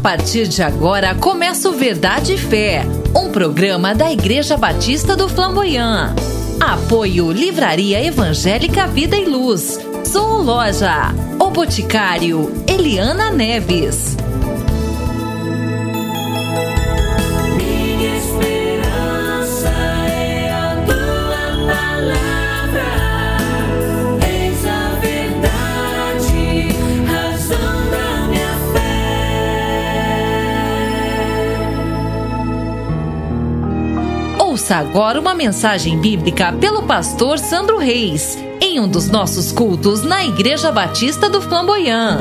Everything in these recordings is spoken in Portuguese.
partir de agora começa o Verdade e Fé, um programa da Igreja Batista do Flamboyant. Apoio Livraria Evangélica Vida e Luz, Zoologia, O Boticário, Eliana Neves. Ouça agora uma mensagem bíblica pelo pastor Sandro Reis, em um dos nossos cultos na Igreja Batista do Flamboyant.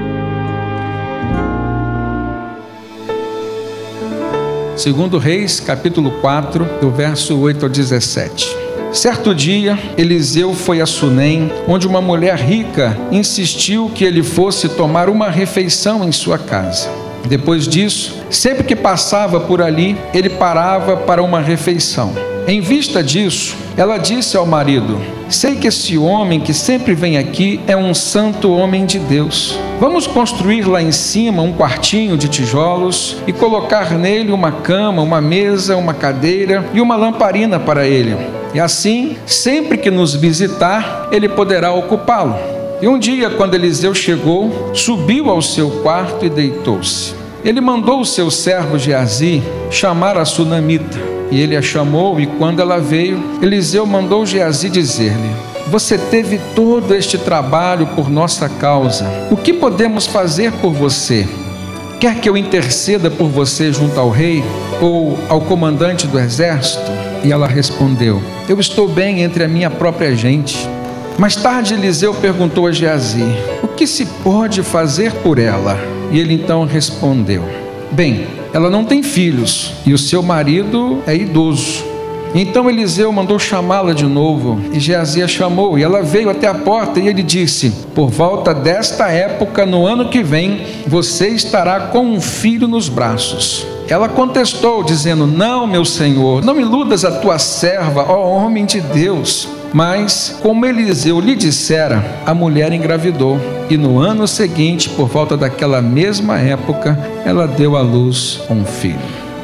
Segundo Reis, capítulo 4, do verso 8 ao 17. Certo dia, Eliseu foi a Sunem, onde uma mulher rica insistiu que ele fosse tomar uma refeição em sua casa. Depois disso, sempre que passava por ali, ele parava para uma refeição. Em vista disso, ela disse ao marido: sei que esse homem que sempre vem aqui é um santo homem de Deus. Vamos construir lá em cima um quartinho de tijolos e colocar nele uma cama, uma mesa, uma cadeira e uma lamparina para ele. E assim, sempre que nos visitar, ele poderá ocupá-lo. E um dia, quando Eliseu chegou, subiu ao seu quarto e deitou-se. Ele mandou o seu servo Geazi chamar a sunamita, e ele a chamou, e quando ela veio, Eliseu mandou Geazi dizer-lhe: você teve todo este trabalho por nossa causa, o que podemos fazer por você? Quer que eu interceda por você junto ao rei, ou ao comandante do exército? E ela respondeu: eu estou bem entre a minha própria gente. Mais tarde Eliseu perguntou a Geazi: o que se pode fazer por ela? E ele então respondeu: bem, ela não tem filhos e o seu marido é idoso. Então Eliseu mandou chamá-la de novo, e Geazi a chamou, e ela veio até a porta, e ele disse: por volta desta época, no ano que vem, você estará com um filho nos braços. Ela contestou, dizendo: não, meu senhor, não iludas a tua serva, ó homem de Deus. Mas, como Eliseu lhe dissera, a mulher engravidou, e no ano seguinte, por volta daquela mesma época, ela deu à luz um filho.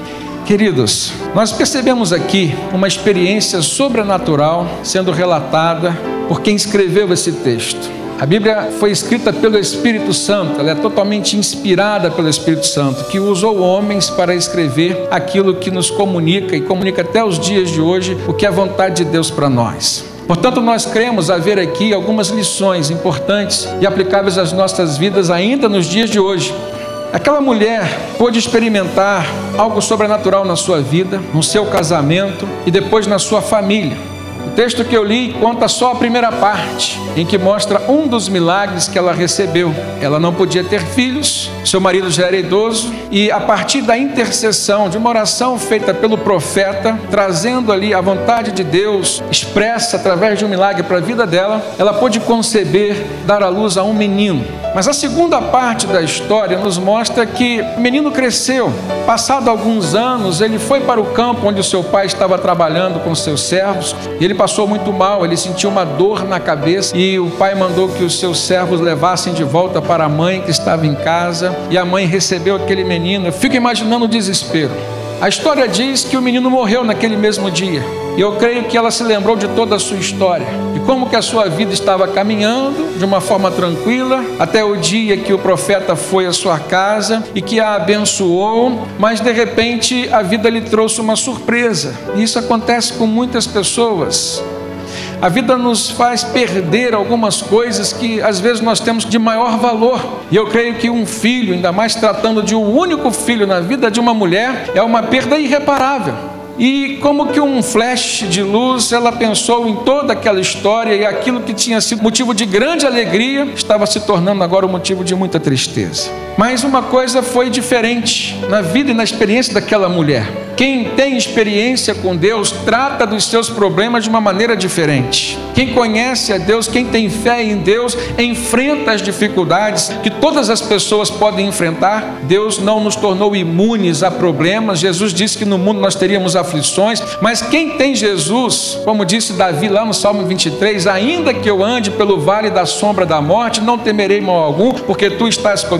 Queridos, nós percebemos aqui uma experiência sobrenatural sendo relatada por quem escreveu esse texto. A Bíblia foi escrita pelo Espírito Santo, ela é totalmente inspirada pelo Espírito Santo, que usou homens para escrever aquilo que nos comunica, e comunica até os dias de hoje o que é a vontade de Deus para nós. Portanto, nós cremos haver aqui algumas lições importantes e aplicáveis às nossas vidas ainda nos dias de hoje. Aquela mulher pôde experimentar algo sobrenatural na sua vida, no seu casamento e depois na sua família. O texto que eu li conta só a primeira parte, em que mostra um dos milagres que ela recebeu. Ela não podia ter filhos, seu marido já era idoso, e a partir da intercessão, de uma oração feita pelo profeta, trazendo ali a vontade de Deus, expressa através de um milagre para a vida dela, ela pôde conceber, dar à luz a um menino. Mas a segunda parte da história nos mostra que o menino cresceu. Passado alguns anos, ele foi para o campo onde o seu pai estava trabalhando com seus servos, e ele passou muito mal, ele sentiu uma dor na cabeça, e o pai mandou que os seus servos levassem de volta para a mãe que estava em casa, e a mãe recebeu aquele menino. Eu fico imaginando o desespero. A história diz que o menino morreu naquele mesmo dia, e eu creio que ela se lembrou de toda a sua história, de como que a sua vida estava caminhando de uma forma tranquila, até o dia que o profeta foi à sua casa e que a abençoou, mas de repente a vida lhe trouxe uma surpresa, e isso acontece com muitas pessoas. A vida nos faz perder algumas coisas que às vezes nós temos de maior valor. E eu creio que um filho, ainda mais tratando de um único filho na vida de uma mulher, é uma perda irreparável. E como que um flash de luz, ela pensou em toda aquela história, e aquilo que tinha sido motivo de grande alegria estava se tornando agora um motivo de muita tristeza. Mas uma coisa foi diferente na vida e na experiência daquela mulher. Quem tem experiência com Deus trata dos seus problemas de uma maneira diferente. Quem conhece a Deus, quem tem fé em Deus, enfrenta as dificuldades que todas as pessoas podem enfrentar. Deus não nos tornou imunes a problemas. Jesus disse que no mundo nós teríamos aflições, mas quem tem Jesus, como disse Davi lá no Salmo 23, ainda que eu ande pelo vale da sombra da morte, não temerei mal algum, porque tu estás comigo, a tua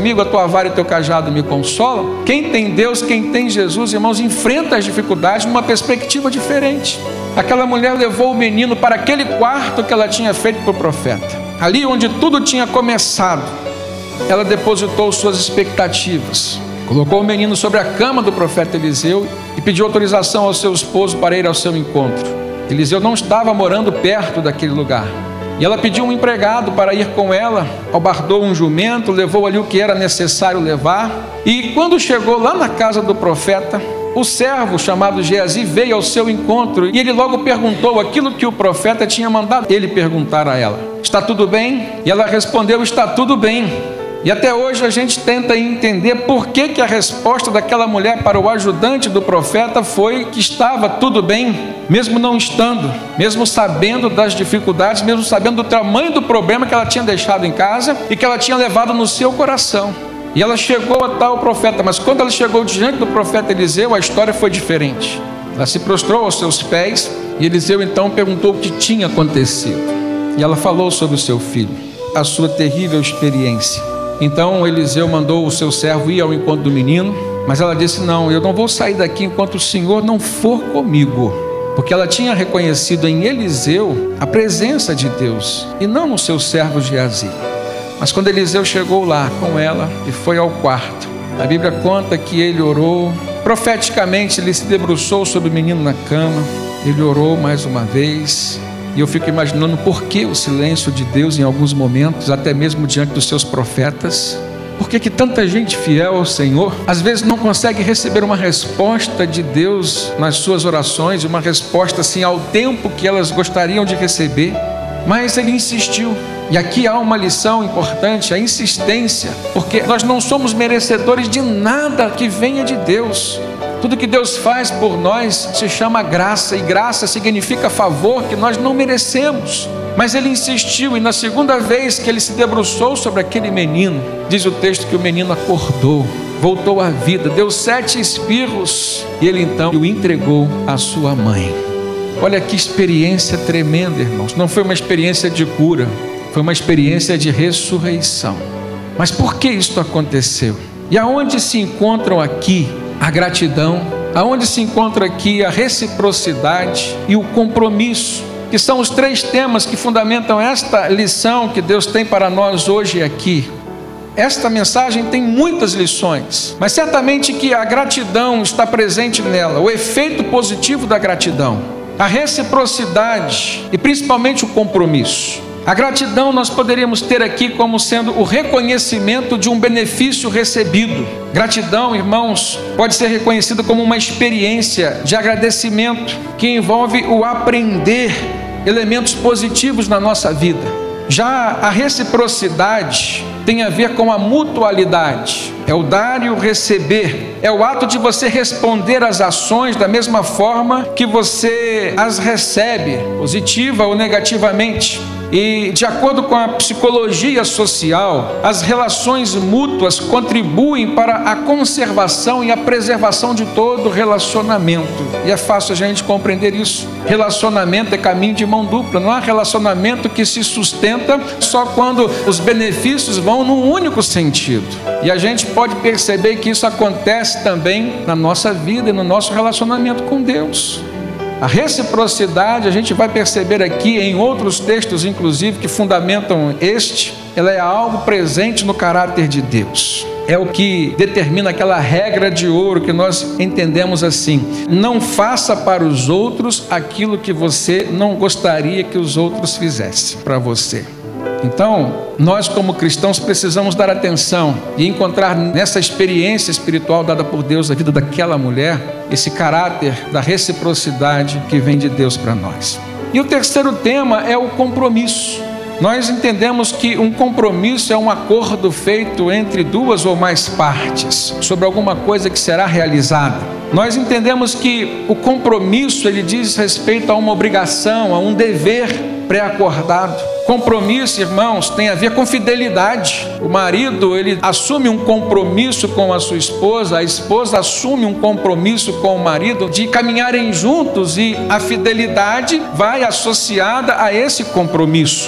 tua vara e teu cajado me consolam. Quem tem Deus, quem tem Jesus, irmãos, enfrenta as dificuldades numa perspectiva diferente. Aquela mulher levou o menino para aquele quarto que ela tinha feito para o profeta. Ali onde tudo tinha começado, ela depositou suas expectativas. Colocou o menino sobre a cama do profeta Eliseu e pediu autorização ao seu esposo para ir ao seu encontro. Eliseu não estava morando perto daquele lugar. E ela pediu um empregado para ir com ela, albardou um jumento, levou ali o que era necessário levar. E quando chegou lá na casa do profeta, o servo chamado Geazi veio ao seu encontro e ele logo perguntou aquilo que o profeta tinha mandado ele perguntar a ela: está tudo bem? E ela respondeu: está tudo bem. E até hoje a gente tenta entender por que a resposta daquela mulher para o ajudante do profeta foi que estava tudo bem, mesmo não estando, mesmo sabendo das dificuldades, mesmo sabendo do tamanho do problema que ela tinha deixado em casa e que ela tinha levado no seu coração. E ela chegou a tal profeta, mas quando ela chegou diante do profeta Eliseu, a história foi diferente. Ela se prostrou aos seus pés e Eliseu então perguntou o que tinha acontecido. E ela falou sobre o seu filho, a sua terrível experiência. Então Eliseu mandou o seu servo ir ao encontro do menino, mas ela disse: não, eu não vou sair daqui enquanto o Senhor não for comigo. Porque ela tinha reconhecido em Eliseu a presença de Deus e não no seu servo Geazi. Mas quando Eliseu chegou lá com ela e foi ao quarto, a Bíblia conta que ele orou, profeticamente ele se debruçou sobre o menino na cama, ele orou mais uma vez. E eu fico imaginando por que o silêncio de Deus em alguns momentos, até mesmo diante dos seus profetas. Por que tanta gente fiel ao Senhor às vezes não consegue receber uma resposta de Deus nas suas orações, uma resposta assim ao tempo que elas gostariam de receber? Mas ele insistiu. E aqui há uma lição importante, a insistência, porque nós não somos merecedores de nada que venha de Deus. Tudo que Deus faz por nós se chama graça, e graça significa favor que nós não merecemos. Mas ele insistiu, e na segunda vez que ele se debruçou sobre aquele menino, diz o texto que o menino acordou, voltou à vida, deu 7 espirros, e ele então o entregou à sua mãe. Olha que experiência tremenda, irmãos. Não foi uma experiência de cura, foi uma experiência de ressurreição. Mas por que isso aconteceu? E aonde se encontram aqui a gratidão, aonde se encontra aqui a reciprocidade e o compromisso, que são os 3 temas que fundamentam esta lição que Deus tem para nós hoje aqui. Esta mensagem tem muitas lições, mas certamente que a gratidão está presente nela, o efeito positivo da gratidão, a reciprocidade e principalmente o compromisso. A gratidão nós poderíamos ter aqui como sendo o reconhecimento de um benefício recebido. Gratidão, irmãos, pode ser reconhecida como uma experiência de agradecimento que envolve o aprender elementos positivos na nossa vida. Já a reciprocidade tem a ver com a mutualidade, é o dar e o receber, é o ato de você responder às ações da mesma forma que você as recebe, positiva ou negativamente. E de acordo com a psicologia social, as relações mútuas contribuem para a conservação e a preservação de todo relacionamento. E é fácil a gente compreender isso. Relacionamento é caminho de mão dupla. Não há relacionamento que se sustenta só quando os benefícios vão num único sentido. E a gente pode perceber que isso acontece também na nossa vida e no nosso relacionamento com Deus. A reciprocidade, a gente vai perceber aqui em outros textos, inclusive, que fundamentam ela é algo presente no caráter de Deus. É o que determina aquela regra de ouro que nós entendemos assim: não faça para os outros aquilo que você não gostaria que os outros fizessem para você. Então, nós como cristãos precisamos dar atenção e encontrar nessa experiência espiritual dada por Deus na vida daquela mulher, esse caráter da reciprocidade que vem de Deus para nós. E o terceiro tema é o compromisso. Nós entendemos que um compromisso é um acordo feito entre 2 ou mais partes sobre alguma coisa que será realizada. Nós entendemos que o compromisso, ele diz respeito a uma obrigação, a um dever pré-acordado. Compromisso, irmãos, tem a ver com fidelidade. O marido, ele assume um compromisso com a sua esposa, a esposa assume um compromisso com o marido de caminharem juntos, e a fidelidade vai associada a esse compromisso.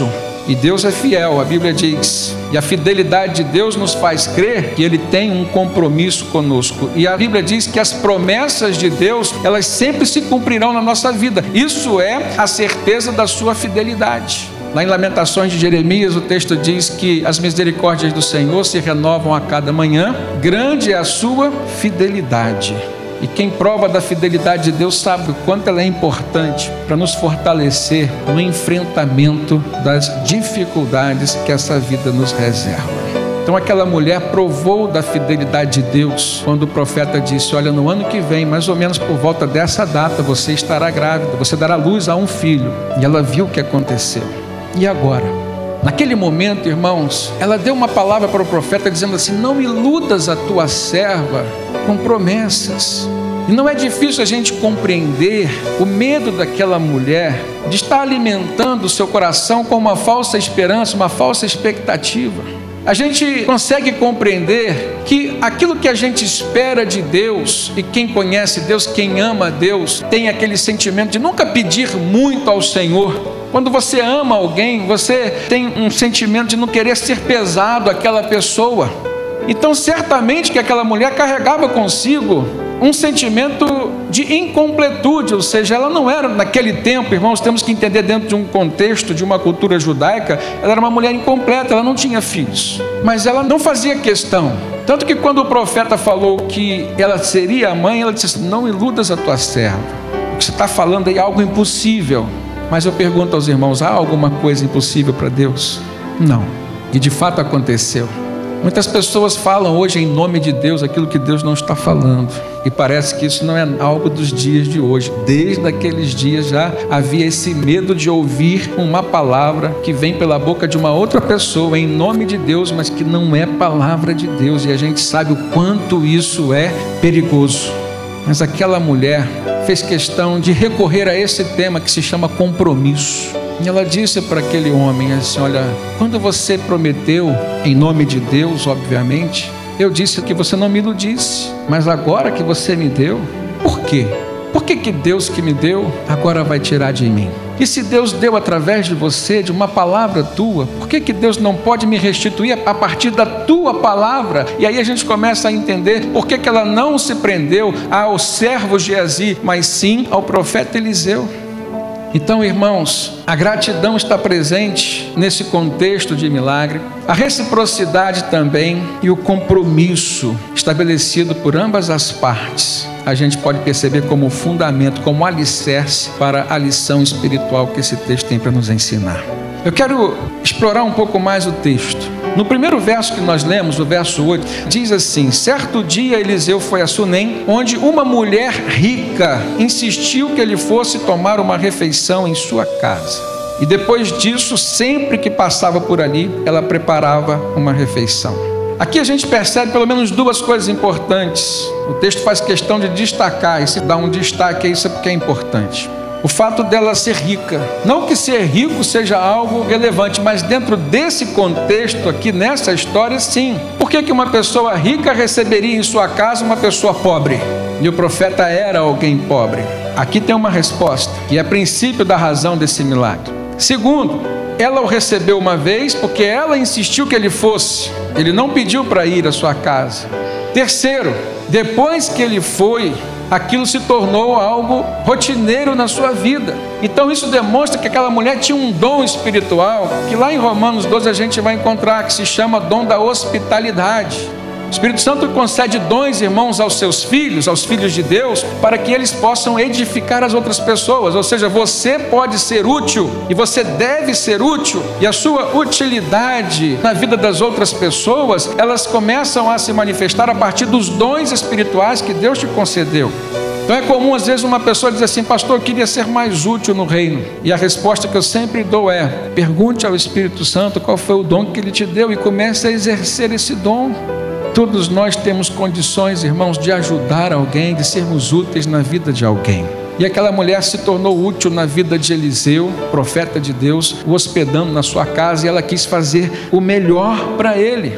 E Deus é fiel, a Bíblia diz. E a fidelidade de Deus nos faz crer que Ele tem um compromisso conosco. E a Bíblia diz que as promessas de Deus, elas sempre se cumprirão na nossa vida. Isso é a certeza da sua fidelidade. Lá em Lamentações de Jeremias, o texto diz que as misericórdias do Senhor se renovam a cada manhã. Grande é a sua fidelidade. E quem prova da fidelidade de Deus sabe o quanto ela é importante para nos fortalecer no enfrentamento das dificuldades que essa vida nos reserva. Então aquela mulher provou da fidelidade de Deus quando o profeta disse: olha, no ano que vem, mais ou menos por volta dessa data, você estará grávida, você dará luz a um filho. E ela viu o que aconteceu. E agora? Naquele momento, irmãos, ela deu uma palavra para o profeta dizendo assim: não iludas a tua serva com promessas. E não é difícil a gente compreender o medo daquela mulher de estar alimentando o seu coração com uma falsa esperança, uma falsa expectativa. A gente consegue compreender que aquilo que a gente espera de Deus, e quem conhece Deus, quem ama Deus, tem aquele sentimento de nunca pedir muito ao Senhor. Quando você ama alguém, você tem um sentimento de não querer ser pesado àquela pessoa. Então certamente que aquela mulher carregava consigo um sentimento de incompletude, ou seja, ela não era, naquele tempo, irmãos, temos que entender dentro de um contexto, de uma cultura judaica, ela era uma mulher incompleta, ela não tinha filhos, mas ela não fazia questão, tanto que quando o profeta falou que ela seria a mãe, ela disse assim: não iludas a tua serva, o que você está falando aí é algo impossível. Mas eu pergunto aos irmãos, há alguma coisa impossível para Deus? Não, e de fato aconteceu. Muitas pessoas falam hoje em nome de Deus aquilo que Deus não está falando. E parece que isso não é algo dos dias de hoje. Desde aqueles dias já havia esse medo de ouvir uma palavra que vem pela boca de uma outra pessoa em nome de Deus, mas que não é palavra de Deus. E a gente sabe o quanto isso é perigoso. Mas aquela mulher fez questão de recorrer a esse tema que se chama compromisso. E ela disse para aquele homem assim: olha, quando você prometeu em nome de Deus, obviamente, eu disse que você não me iludisse, mas agora que você me deu, por quê? Por que Deus que me deu agora vai tirar de mim? E se Deus deu através de você, de uma palavra tua, por que Deus não pode me restituir a partir da tua palavra? E aí a gente começa a entender por que ela não se prendeu ao servo Geazi, mas sim ao profeta Eliseu. Então, irmãos, a gratidão está presente nesse contexto de milagre, a reciprocidade também e o compromisso estabelecido por ambas as partes. A gente pode perceber como fundamento, como alicerce para a lição espiritual que esse texto tem para nos ensinar. Eu quero explorar um pouco mais o texto. No primeiro verso que nós lemos, o verso 8, diz assim: certo dia Eliseu foi a Sunem, onde uma mulher rica insistiu que ele fosse tomar uma refeição em sua casa. E depois disso, sempre que passava por ali, ela preparava uma refeição. Aqui a gente percebe pelo menos duas coisas importantes. O texto faz questão de destacar, e se dá um destaque a isso é porque é importante. O fato dela ser rica, não que ser rico seja algo relevante, mas dentro desse contexto aqui, nessa história, sim. Por que uma pessoa rica receberia em sua casa uma pessoa pobre? E o profeta era alguém pobre. Aqui tem uma resposta, que é princípio da razão desse milagre. Segundo, ela o recebeu uma vez porque ela insistiu que ele fosse. Ele não pediu para ir à sua casa. Terceiro, depois que ele foi, aquilo se tornou algo rotineiro na sua vida. Então isso demonstra que aquela mulher tinha um dom espiritual, que lá em Romanos 12 a gente vai encontrar, que se chama dom da hospitalidade. O Espírito Santo concede dons, irmãos, aos seus filhos, aos filhos de Deus, para que eles possam edificar as outras pessoas. Ou seja, você pode ser útil e você deve ser útil, e a sua utilidade na vida das outras pessoas, elas começam a se manifestar a partir dos dons espirituais que Deus te concedeu. Então é comum às vezes uma pessoa dizer assim: pastor, eu queria ser mais útil no reino. E a resposta que eu sempre dou é: pergunte ao Espírito Santo qual foi o dom que ele te deu e comece a exercer esse dom. Todos nós temos condições, irmãos, de ajudar alguém, de sermos úteis na vida de alguém. E aquela mulher se tornou útil na vida de Eliseu, profeta de Deus, o hospedando na sua casa, e ela quis fazer o melhor para ele.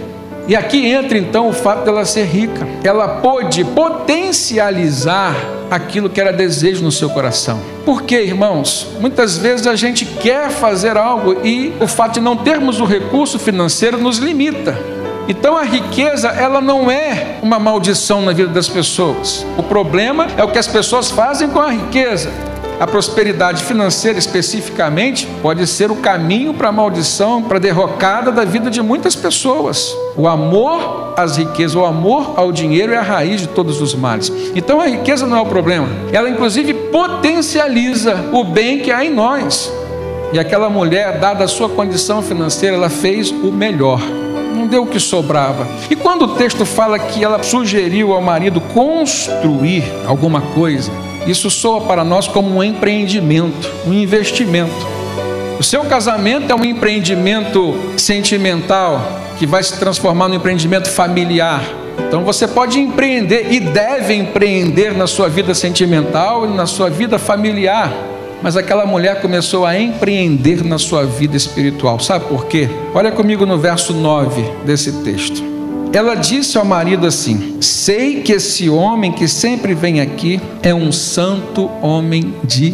E aqui entra então o fato dela ser rica. Ela pôde potencializar aquilo que era desejo no seu coração. Por quê, irmãos? Muitas vezes a gente quer fazer algo e o fato de não termos o recurso financeiro nos limita. Então a riqueza, ela não é uma maldição na vida das pessoas. O problema é o que as pessoas fazem com a riqueza. A prosperidade financeira, especificamente, pode ser o caminho para a maldição, para a derrocada da vida de muitas pessoas. O amor às riquezas, o amor ao dinheiro é a raiz de todos os males. Então a riqueza não é o problema. Ela, inclusive, potencializa o bem que há em nós. E aquela mulher, dada a sua condição financeira, ela fez o melhor. Não deu o que sobrava. E quando o texto fala que ela sugeriu ao marido construir alguma coisa, isso soa para nós como um empreendimento, um investimento. O seu casamento é um empreendimento sentimental que vai se transformar num empreendimento familiar. Então você pode empreender e deve empreender na sua vida sentimental e na sua vida familiar. Mas aquela mulher começou a empreender na sua vida espiritual. Sabe por quê? Olha comigo no verso 9 desse texto. Ela disse ao marido assim: sei que esse homem que sempre vem aqui é um santo homem de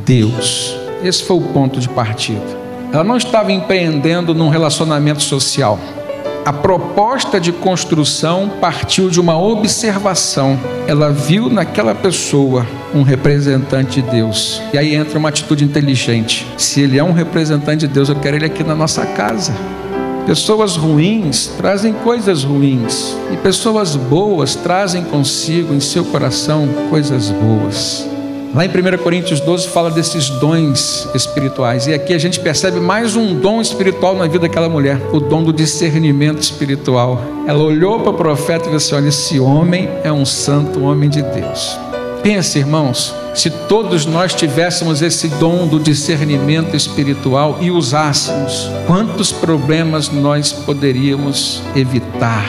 Deus. Esse foi o ponto de partida. Ela não estava empreendendo num relacionamento social. A proposta de construção partiu de uma observação. Ela viu naquela pessoa um representante de Deus. E aí entra uma atitude inteligente. Se ele é um representante de Deus, eu quero ele aqui na nossa casa. Pessoas ruins trazem coisas ruins. E pessoas boas trazem consigo em seu coração coisas boas. Lá em 1 Coríntios 12 fala desses dons espirituais. E aqui a gente percebe mais um dom espiritual na vida daquela mulher. O dom do discernimento espiritual. Ela olhou para o profeta e disse: olha, esse homem é um santo homem de Deus. Pense, irmãos, se todos nós tivéssemos esse dom do discernimento espiritual e usássemos, quantos problemas nós poderíamos evitar?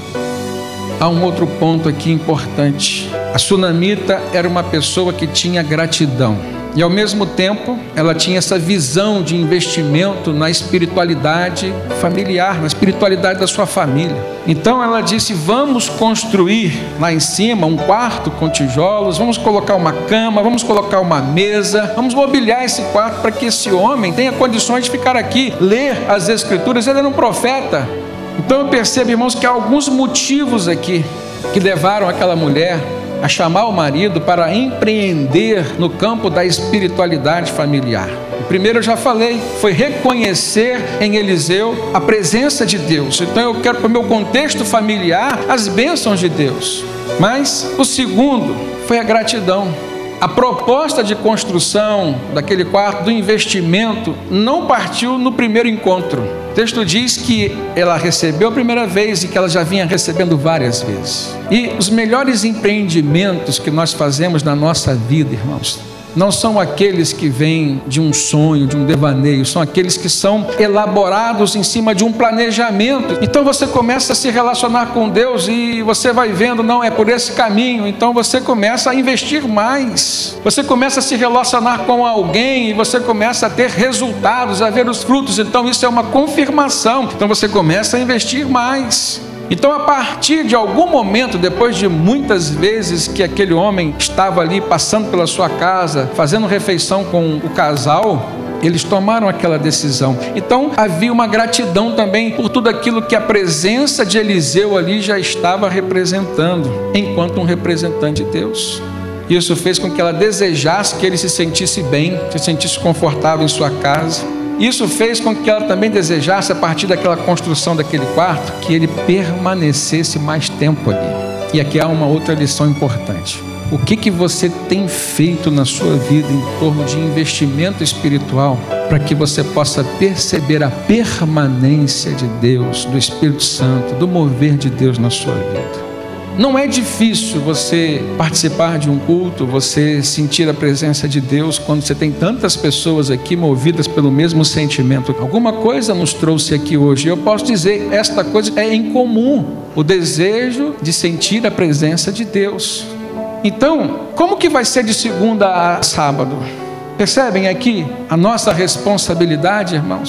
Há um outro ponto aqui importante. A sunamita era uma pessoa que tinha gratidão. E ao mesmo tempo, ela tinha essa visão de investimento na espiritualidade familiar, na espiritualidade da sua família. Então ela disse: vamos construir lá em cima um quarto com tijolos, vamos colocar uma cama, vamos colocar uma mesa, vamos mobiliar esse quarto para que esse homem tenha condições de ficar aqui, ler as escrituras. Ele era um profeta. Então eu percebo, irmãos, que há alguns motivos aqui que levaram aquela mulher a chamar o marido para empreender no campo da espiritualidade familiar. O primeiro eu já falei, foi reconhecer em Eliseu a presença de Deus. Então eu quero para o meu contexto familiar as bênçãos de Deus. Mas o segundo foi a gratidão. A proposta de construção daquele quarto, do investimento, não partiu no primeiro encontro. O texto diz que ela recebeu a primeira vez e que ela já vinha recebendo várias vezes. E os melhores empreendimentos que nós fazemos na nossa vida, irmãos, não são aqueles que vêm de um sonho, de um devaneio, são aqueles que são elaborados em cima de um planejamento. Então você começa a se relacionar com Deus e você vai vendo, não, é por esse caminho. Então você começa a investir mais, você começa a se relacionar com alguém e você começa a ter resultados, a ver os frutos. Então isso é uma confirmação, então você começa a investir mais. Então, a partir de algum momento, depois de muitas vezes que aquele homem estava ali passando pela sua casa, fazendo refeição com o casal, eles tomaram aquela decisão. Então havia uma gratidão também por tudo aquilo que a presença de Eliseu ali já estava representando, enquanto um representante de Deus. Isso fez com que ela desejasse que ele se sentisse bem, se sentisse confortável em sua casa. Isso fez com que ela também desejasse, a partir daquela construção daquele quarto, que ele permanecesse mais tempo ali. E aqui há uma outra lição importante. O que você tem feito na sua vida em torno de investimento espiritual para que você possa perceber a permanência de Deus, do Espírito Santo, do mover de Deus na sua vida? Não é difícil você participar de um culto, você sentir a presença de Deus quando você tem tantas pessoas aqui movidas pelo mesmo sentimento. Alguma coisa nos trouxe aqui hoje. Eu posso dizer, esta coisa é incomum, o desejo de sentir a presença de Deus. Então, como que vai ser de segunda a sábado? Percebem aqui a nossa responsabilidade, irmãos?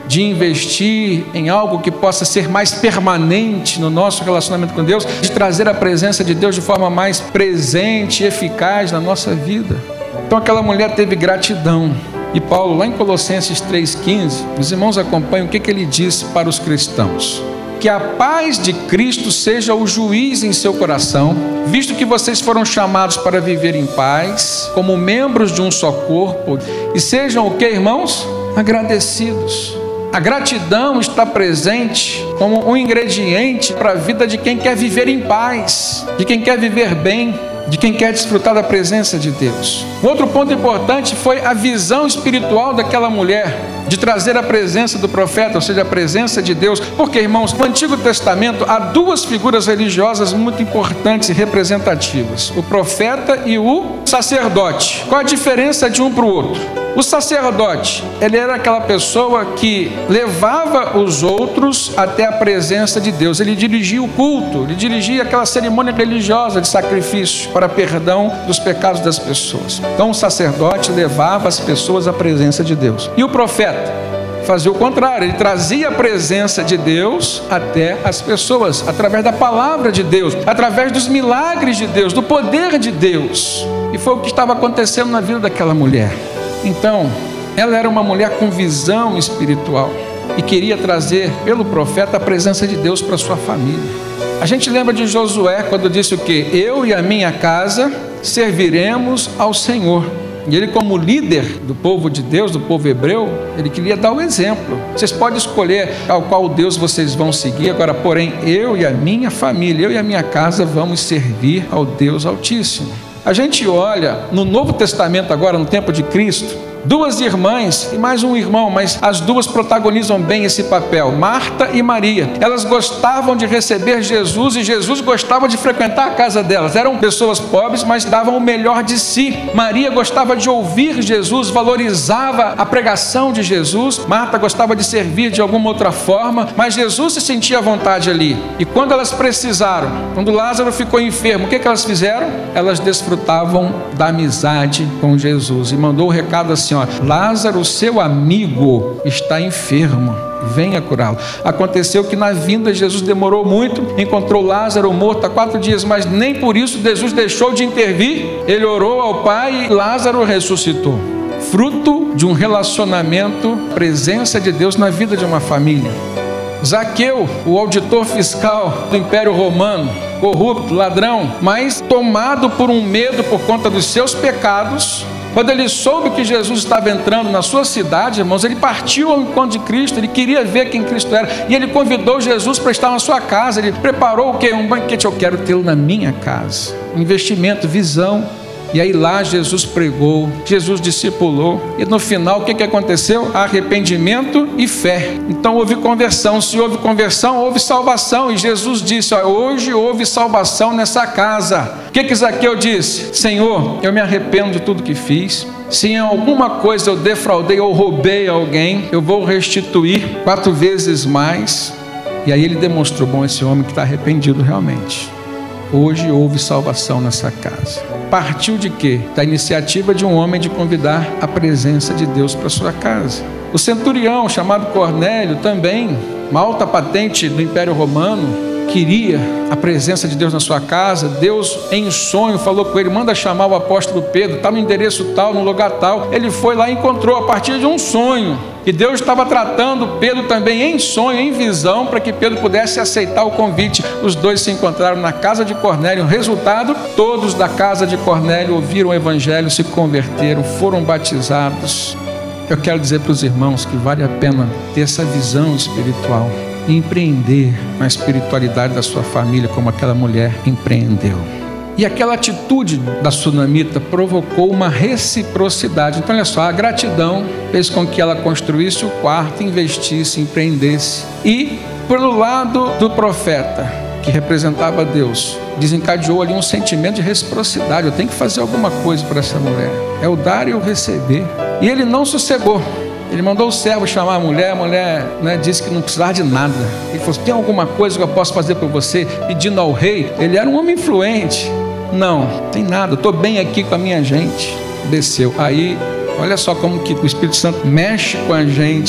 de investir em algo que possa ser mais permanente no nosso relacionamento com Deus, de trazer a presença de Deus de forma mais presente e eficaz na nossa vida. Então aquela mulher teve gratidão. E Paulo, lá em Colossenses 3,15, os irmãos acompanham o que ele diz para os cristãos: que a paz de Cristo seja o juiz em seu coração, visto que vocês foram chamados para viver em paz, como membros de um só corpo, e sejam o que, irmãos? Agradecidos. A gratidão está presente como um ingrediente para a vida de quem quer viver em paz, de quem quer viver bem, de quem quer desfrutar da presença de Deus. Outro ponto importante foi a visão espiritual daquela mulher, de trazer a presença do profeta, ou seja, a presença de Deus. Porque, irmãos, no Antigo Testamento há duas figuras religiosas muito importantes e representativas: o profeta e o sacerdote. Qual a diferença de um para o outro? O sacerdote, ele era aquela pessoa que levava os outros até a presença de Deus. Ele dirigia o culto, ele dirigia aquela cerimônia religiosa de sacrifício para perdão dos pecados das pessoas. Então o sacerdote levava as pessoas à presença de Deus. E o profeta fazia o contrário, ele trazia a presença de Deus até as pessoas, através da palavra de Deus, através dos milagres de Deus, do poder de Deus. E foi o que estava acontecendo na vida daquela mulher. Então, ela era uma mulher com visão espiritual e queria trazer pelo profeta a presença de Deus para sua família. A gente lembra de Josué quando disse o quê? Eu e a minha casa serviremos ao Senhor. E ele, como líder do povo de Deus, do povo hebreu, ele queria dar o exemplo. Vocês podem escolher ao qual Deus vocês vão seguir, agora, porém, eu e a minha família, eu e a minha casa vamos servir ao Deus Altíssimo. A gente olha no Novo Testamento agora, no tempo de Cristo, duas irmãs e mais um irmão, mas as duas protagonizam bem esse papel, Marta e Maria. Elas gostavam de receber Jesus e Jesus gostava de frequentar a casa delas. Eram pessoas pobres, mas davam o melhor de si. Maria gostava de ouvir Jesus, valorizava a pregação de Jesus. Marta gostava de servir de alguma outra forma, mas Jesus se sentia à vontade ali. E quando elas precisaram, quando Lázaro ficou enfermo, o que elas fizeram? Elas desfrutavam da amizade com Jesus e mandou o recado assim: Lázaro, seu amigo, está enfermo, venha curá-lo. Aconteceu que na vinda Jesus demorou muito, encontrou Lázaro morto há 4 dias, mas nem por isso Jesus deixou de intervir. Ele orou ao Pai e Lázaro ressuscitou. Fruto de um relacionamento, presença de Deus na vida de uma família. Zaqueu, o auditor fiscal do Império Romano, corrupto, ladrão, mas tomado por um medo por conta dos seus pecados, quando ele soube que Jesus estava entrando na sua cidade, irmãos, ele partiu ao encontro de Cristo. Ele queria ver quem Cristo era, e ele convidou Jesus para estar na sua casa. Ele preparou o quê? Um banquete. Eu quero tê-lo na minha casa. Investimento, visão. E aí lá Jesus pregou, Jesus discipulou, e no final o que aconteceu? Arrependimento e fé. Então houve conversão. Se houve conversão, houve salvação. E Jesus disse: hoje houve salvação nessa casa. O que Zaqueu disse? Senhor, eu me arrependo de tudo que fiz. Se em alguma coisa eu defraudei ou roubei alguém, eu vou restituir 4 vezes mais. E aí ele demonstrou: bom, esse homem que está arrependido realmente. Hoje houve salvação nessa casa. Partiu de quê? Da iniciativa de um homem de convidar a presença de Deus para sua casa. O centurião, chamado Cornélio, também, uma alta patente do Império Romano, queria a presença de Deus na sua casa. Deus, em sonho, falou com ele: manda chamar o apóstolo Pedro, está no endereço tal, no lugar tal. Ele foi lá e encontrou a partir de um sonho. E Deus estava tratando Pedro também em sonho, em visão, para que Pedro pudesse aceitar o convite. Os dois se encontraram na casa de Cornélio. Resultado, todos da casa de Cornélio ouviram o evangelho, se converteram, foram batizados. Eu quero dizer para os irmãos que vale a pena ter essa visão espiritual e empreender na espiritualidade da sua família, como aquela mulher empreendeu. E aquela atitude da sunamita provocou uma reciprocidade. Então olha só, a gratidão fez com que ela construísse o quarto, investisse, empreendesse. E pelo lado do profeta, que representava Deus, desencadeou ali um sentimento de reciprocidade. Eu tenho que fazer alguma coisa para essa mulher. É o dar e o receber. E ele não sossegou. Ele mandou o servo chamar a mulher disse que não precisava de nada. Ele falou: tem alguma coisa que eu posso fazer por você? Pedindo ao rei. Ele era um homem influente. Não, tem nada, eu estou bem aqui com a minha gente. Desceu. Aí, olha só como que o Espírito Santo mexe com a gente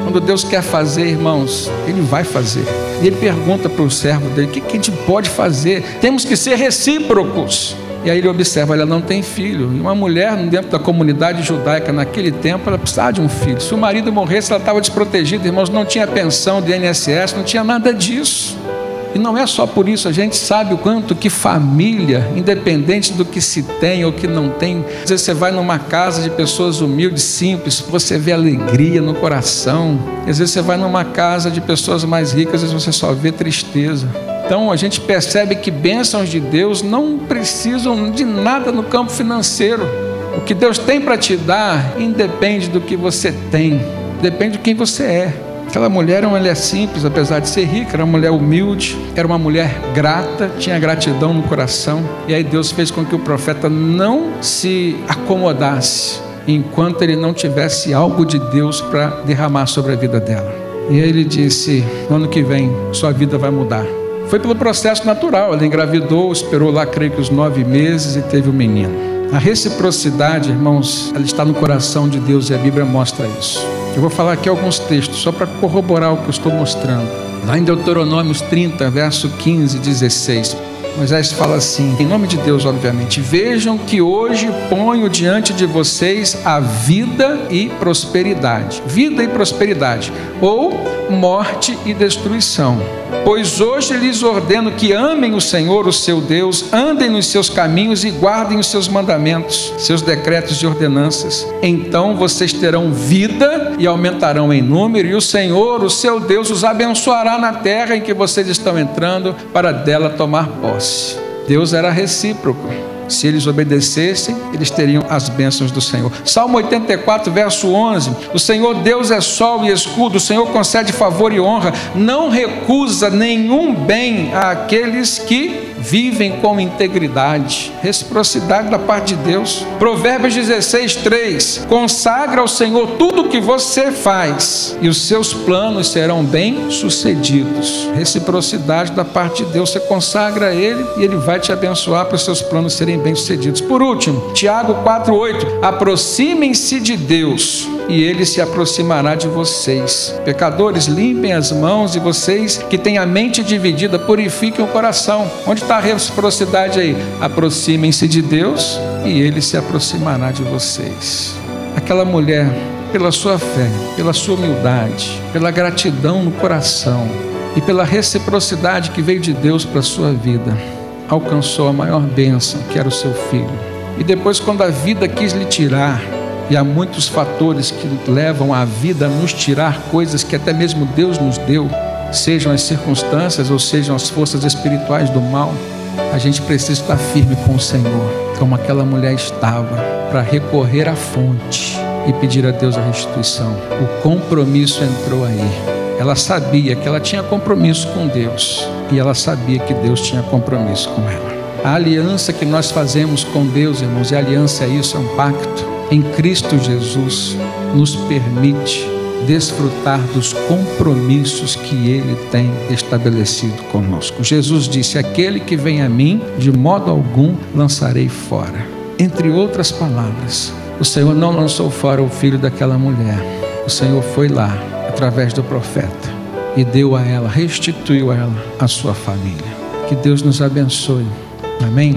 Quando Deus quer fazer, irmãos, Ele vai fazer. E Ele pergunta para o servo dele: o que a gente pode fazer? Temos que ser recíprocos. E aí ele observa: ela não tem filho. E uma mulher dentro da comunidade judaica naquele tempo, ela precisava de um filho. Se o marido morresse, ela estava desprotegida, irmãos. Não tinha pensão do INSS, não tinha nada disso. E não é só por isso, a gente sabe o quanto que família, independente do que se tem ou que não tem, às vezes você vai numa casa de pessoas humildes, simples, você vê alegria no coração. Às vezes você vai numa casa de pessoas mais ricas, às vezes você só vê tristeza. Então a gente percebe que bênçãos de Deus não precisam de nada no campo financeiro. O que Deus tem para te dar independe do que você tem, depende de quem você é. Aquela mulher era uma mulher simples, apesar de ser rica, era uma mulher humilde, era uma mulher grata, tinha gratidão no coração. E aí Deus fez com que o profeta não se acomodasse enquanto ele não tivesse algo de Deus para derramar sobre a vida dela. E aí ele disse: no ano que vem sua vida vai mudar. Foi pelo processo natural, ela engravidou, esperou lá, creio que os 9 meses, e teve um menino. A reciprocidade, irmãos, ela está no coração de Deus e a Bíblia mostra isso. Eu vou falar aqui alguns textos só para corroborar o que eu estou mostrando. Lá em Deuteronômios 30, verso 15 e 16, Moisés fala assim, em nome de Deus, obviamente: vejam que hoje ponho diante de vocês a vida e prosperidade. Vida e prosperidade, ou morte e destruição. Pois hoje lhes ordeno que amem o Senhor, o seu Deus, andem nos seus caminhos e guardem os seus mandamentos, seus decretos e ordenanças. Então vocês terão vida e aumentarão em número, e o Senhor, o seu Deus, os abençoará na terra em que vocês estão entrando, para dela tomar posse. Deus era recíproco. Se eles obedecessem, eles teriam as bênçãos do Senhor. Salmo 84, verso 11: o Senhor Deus é sol e escudo, o Senhor concede favor e honra, não recusa nenhum bem àqueles que vivem com integridade. Reciprocidade da parte de Deus. Provérbios 16, 3: consagra ao Senhor tudo o que você faz, e os seus planos serão bem sucedidos. Reciprocidade da parte de Deus. Você consagra a Ele e Ele vai te abençoar para os seus planos serem bem sucedidos. Por último, Tiago 4, 8: aproximem-se de Deus e Ele se aproximará de vocês. Pecadores, limpem as mãos, e vocês que têm a mente dividida, purifiquem o coração. Onde está a reciprocidade aí? Aproximem-se de Deus e Ele se aproximará de vocês. Aquela mulher, pela sua fé, pela sua humildade, pela gratidão no coração e pela reciprocidade que veio de Deus para a sua vida, alcançou a maior bênção, que era o seu filho. E depois, quando a vida quis lhe tirar, e há muitos fatores que levam a vida a nos tirar coisas que até mesmo Deus nos deu, sejam as circunstâncias ou sejam as forças espirituais do mal, a gente precisa estar firme com o Senhor, como aquela mulher estava, para recorrer à fonte e pedir a Deus a restituição. O compromisso entrou aí. Ela sabia que ela tinha compromisso com Deus, e ela sabia que Deus tinha compromisso com ela. A aliança que nós fazemos com Deus, irmãos, e a aliança é isso, é um pacto em Cristo Jesus, nos permite desfrutar dos compromissos que Ele tem estabelecido conosco. Jesus disse: aquele que vem a mim, de modo algum lançarei fora. Entre outras palavras, o Senhor não lançou fora o filho daquela mulher. O Senhor foi lá, através do profeta, e deu a ela, restituiu a ela a sua família. Que Deus nos abençoe. Amém?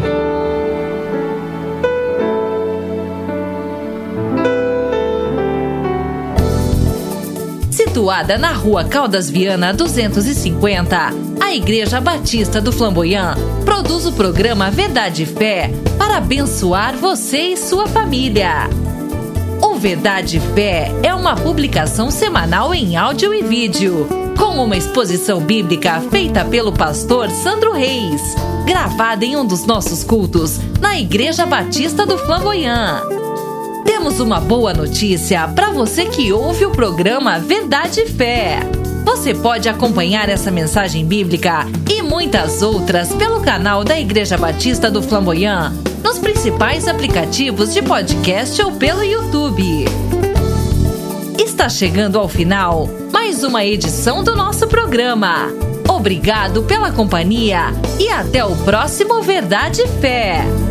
Situada na Rua Caldas Viana 250, a Igreja Batista do Flamboyant produz o programa Verdade e Fé para abençoar você e sua família. O Verdade e Fé é uma publicação semanal em áudio e vídeo, com uma exposição bíblica feita pelo pastor Sandro Reis, gravada em um dos nossos cultos na Igreja Batista do Flamboyant. Temos uma boa notícia para você que ouve o programa Verdade e Fé. Você pode acompanhar essa mensagem bíblica e muitas outras pelo canal da Igreja Batista do Flamboyant, nos principais aplicativos de podcast ou pelo YouTube. Está chegando ao final mais uma edição do nosso programa. Obrigado pela companhia e até o próximo Verdade e Fé.